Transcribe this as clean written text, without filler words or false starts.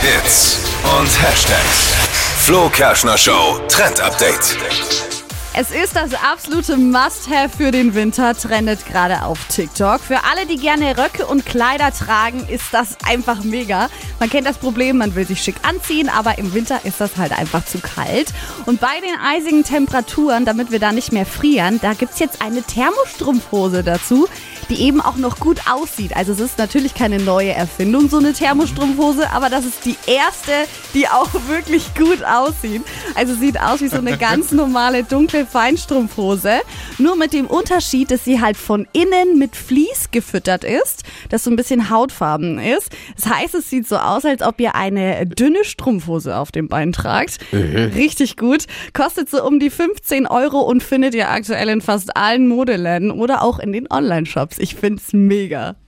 Hits und Hashtags. Flo Kerschner Show Trend Update. Es ist das absolute Must-Have für den Winter, trendet gerade auf TikTok. Für alle, die gerne Röcke und Kleider tragen, ist das einfach mega. Man kennt das Problem, man will sich schick anziehen, aber im Winter ist das halt einfach zu kalt. Und bei den eisigen Temperaturen, damit wir da nicht mehr frieren, da gibt's jetzt eine Thermostrumpfhose dazu, die eben auch noch gut aussieht. Also es ist natürlich keine neue Erfindung, so eine Thermostrumpfhose, aber das ist die erste, die auch wirklich gut aussieht. Also sieht aus wie so eine ganz normale dunkle Feinstrumpfhose, nur mit dem Unterschied, dass sie halt von innen mit Vlies gefüttert ist, das so ein bisschen hautfarben ist. Das heißt, es sieht so aus, als ob ihr eine dünne Strumpfhose auf dem Bein tragt. Richtig gut. Kostet so um die 15 € und findet ihr aktuell in fast allen Modeläden oder auch in den Online-Shops. Ich find's mega.